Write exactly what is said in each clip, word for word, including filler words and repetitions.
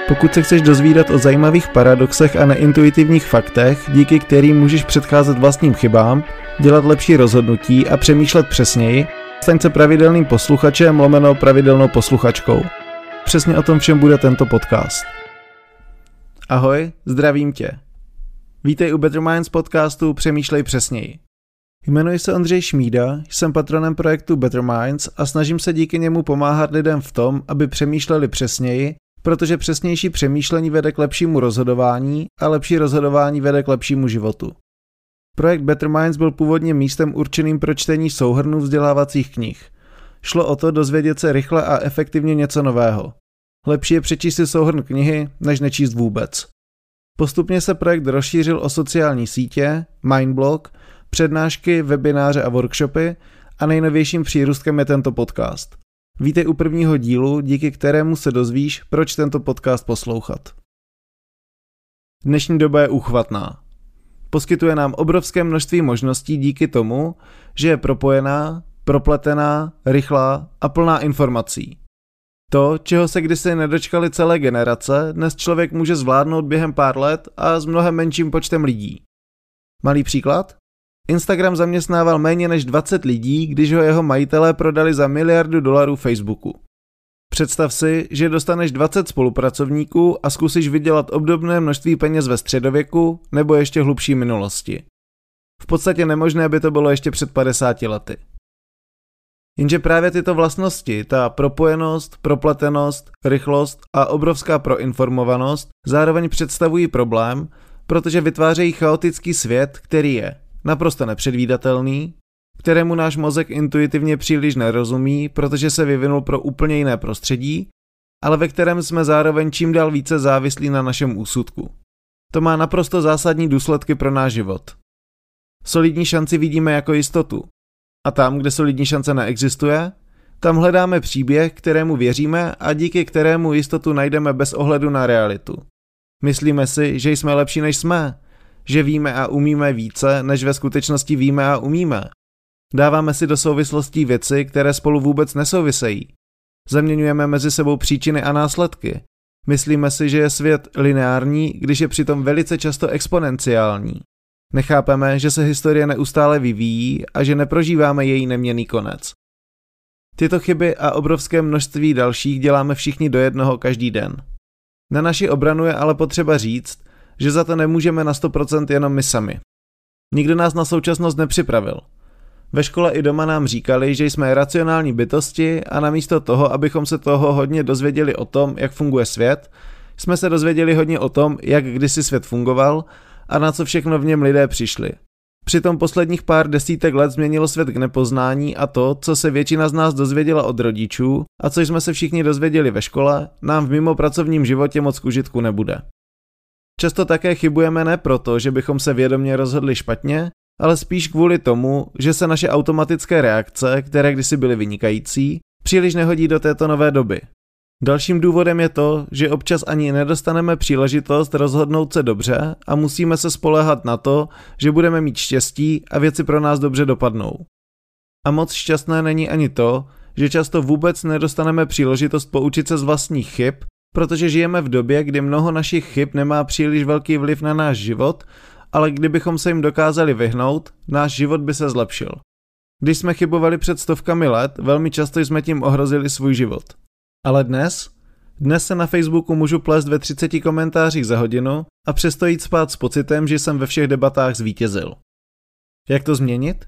Pokud se chceš dozvídat o zajímavých paradoxech a neintuitivních faktech, díky kterým můžeš předcházet vlastním chybám, dělat lepší rozhodnutí a přemýšlet přesněji, staň se pravidelným posluchačem lomeno pravidelnou posluchačkou. Přesně o tom všem bude tento podcast. Ahoj, zdravím tě. Vítej u Better Minds podcastu Přemýšlej přesněji. Jmenuji se Ondřej Šmída, jsem patronem projektu Better Minds a snažím se díky němu pomáhat lidem v tom, aby přemýšleli přesněji, protože přesnější přemýšlení vede k lepšímu rozhodování a lepší rozhodování vede k lepšímu životu. Projekt Better Minds byl původně místem určeným pro čtení souhrnů vzdělávacích knih. Šlo o to dozvědět se rychle a efektivně něco nového. Lepší je přečíst si souhrn knihy, než nečíst vůbec. Postupně se projekt rozšířil o sociální sítě, Mindblog, přednášky, webináře a workshopy a nejnovějším přírůstkem je tento podcast. Vítej u prvního dílu, díky kterému se dozvíš, proč tento podcast poslouchat. Dnešní doba je úchvatná. Poskytuje nám obrovské množství možností díky tomu, že je propojená, propletená, rychlá a plná informací. To, čeho se kdysi nedočkali celé generace, dnes člověk může zvládnout během pár let a s mnohem menším počtem lidí. Malý příklad? Instagram zaměstnával méně než dvacet lidí, když ho jeho majitelé prodali za miliardu dolarů Facebooku. Představ si, že dostaneš dvacet spolupracovníků a zkusíš vydělat obdobné množství peněz ve středověku nebo ještě hlubší minulosti. V podstatě nemožné by to bylo ještě před padesáti lety. Jenže právě tyto vlastnosti, ta propojenost, propletenost, rychlost a obrovská proinformovanost zároveň představují problém, protože vytvářejí chaotický svět, který je naprosto nepředvídatelný, kterému náš mozek intuitivně příliš nerozumí, protože se vyvinul pro úplně jiné prostředí, ale ve kterém jsme zároveň čím dál více závislí na našem úsudku. To má naprosto zásadní důsledky pro náš život. Solidní šanci vidíme jako jistotu. A tam, kde solidní šance neexistuje, tam hledáme příběh, kterému věříme a díky kterému jistotu najdeme bez ohledu na realitu. Myslíme si, že jsme lepší než jsme, že víme a umíme více, než ve skutečnosti víme a umíme. Dáváme si do souvislostí věci, které spolu vůbec nesouvisejí. Zaměňujeme mezi sebou příčiny a následky. Myslíme si, že je svět lineární, když je přitom velice často exponenciální. Nechápeme, že se historie neustále vyvíjí a že neprožíváme její neměnný konec. Tyto chyby a obrovské množství dalších děláme všichni do jednoho každý den. Na naši obranu je ale potřeba říct, že za to nemůžeme na sto procent jenom my sami. Nikdo nás na současnost nepřipravil. Ve škole i doma nám říkali, že jsme racionální bytosti a namísto toho, abychom se toho hodně dozvěděli o tom, jak funguje svět, jsme se dozvěděli hodně o tom, jak kdysi svět fungoval a na co všechno v něm lidé přišli. Přitom posledních pár desítek let změnilo svět k nepoznání a to, co se většina z nás dozvěděla od rodičů a co jsme se všichni dozvěděli ve škole, nám v mimopracovním životě moc k užitku nebude. Často také chybujeme ne proto, že bychom se vědomě rozhodli špatně, ale spíš kvůli tomu, že se naše automatické reakce, které kdysi byly vynikající, příliš nehodí do této nové doby. Dalším důvodem je to, že občas ani nedostaneme příležitost rozhodnout se dobře a musíme se spoléhat na to, že budeme mít štěstí a věci pro nás dobře dopadnou. A moc šťastné není ani to, že často vůbec nedostaneme příležitost poučit se z vlastních chyb, protože žijeme v době, kdy mnoho našich chyb nemá příliš velký vliv na náš život, ale kdybychom se jim dokázali vyhnout, náš život by se zlepšil. Když jsme chybovali před stovkami let, velmi často jsme tím ohrozili svůj život. Ale dnes? Dnes se na Facebooku můžu plést ve třiceti komentářích za hodinu a přesto jít spát s pocitem, že jsem ve všech debatách zvítězil. Jak to změnit?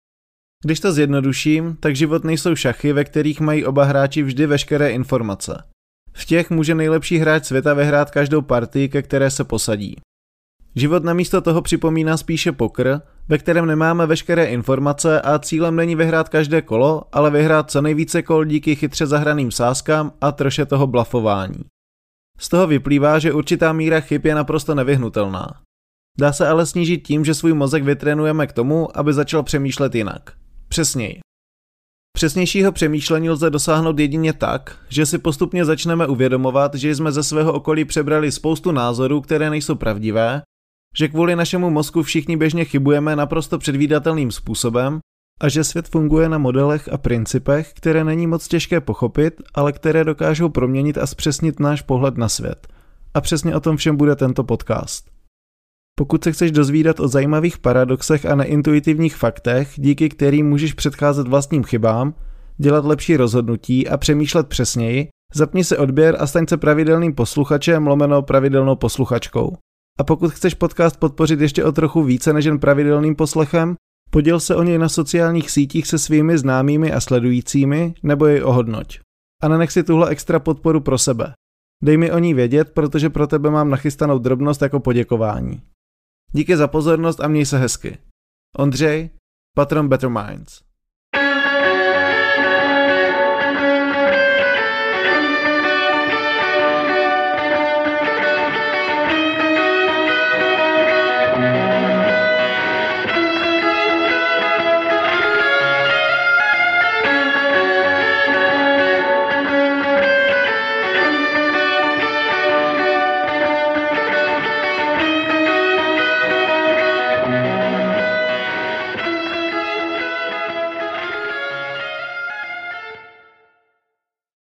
Když to zjednoduším, tak život nejsou šachy, ve kterých mají oba hráči vždy veškeré informace. V těch může nejlepší hráč světa vyhrát každou partii, ke které se posadí. Život namísto toho připomíná spíše pokr, ve kterém nemáme veškeré informace a cílem není vyhrát každé kolo, ale vyhrát co nejvíce kol díky chytře zahraným sázkám a troše toho blafování. Z toho vyplývá, že určitá míra chyb je naprosto nevyhnutelná. Dá se ale snížit tím, že svůj mozek vytrénujeme k tomu, aby začal přemýšlet jinak. Přesněji. Přesnějšího přemýšlení lze dosáhnout jedině tak, že si postupně začneme uvědomovat, že jsme ze svého okolí přebrali spoustu názorů, které nejsou pravdivé, že kvůli našemu mozku všichni běžně chybujeme naprosto předvídatelným způsobem a že svět funguje na modelech a principech, které není moc těžké pochopit, ale které dokážou proměnit a zpřesnit náš pohled na svět. A přesně o tom všem bude tento podcast. Pokud se chceš dozvídat o zajímavých paradoxech a neintuitivních faktech, díky kterým můžeš předcházet vlastním chybám, dělat lepší rozhodnutí a přemýšlet přesněji, zapni si odběr a staň se pravidelným posluchačem lomeno pravidelnou posluchačkou. A pokud chceš podcast podpořit ještě o trochu více než jen pravidelným poslechem, poděl se o něj na sociálních sítích se svými známými a sledujícími, nebo jej ohodnoť. A nenech si tuhle extra podporu pro sebe. Dej mi o ní vědět, protože pro tebe mám nachystanou drobnost jako poděkování. Díky za pozornost a měj se hezky. Ondřej, patron Better Minds.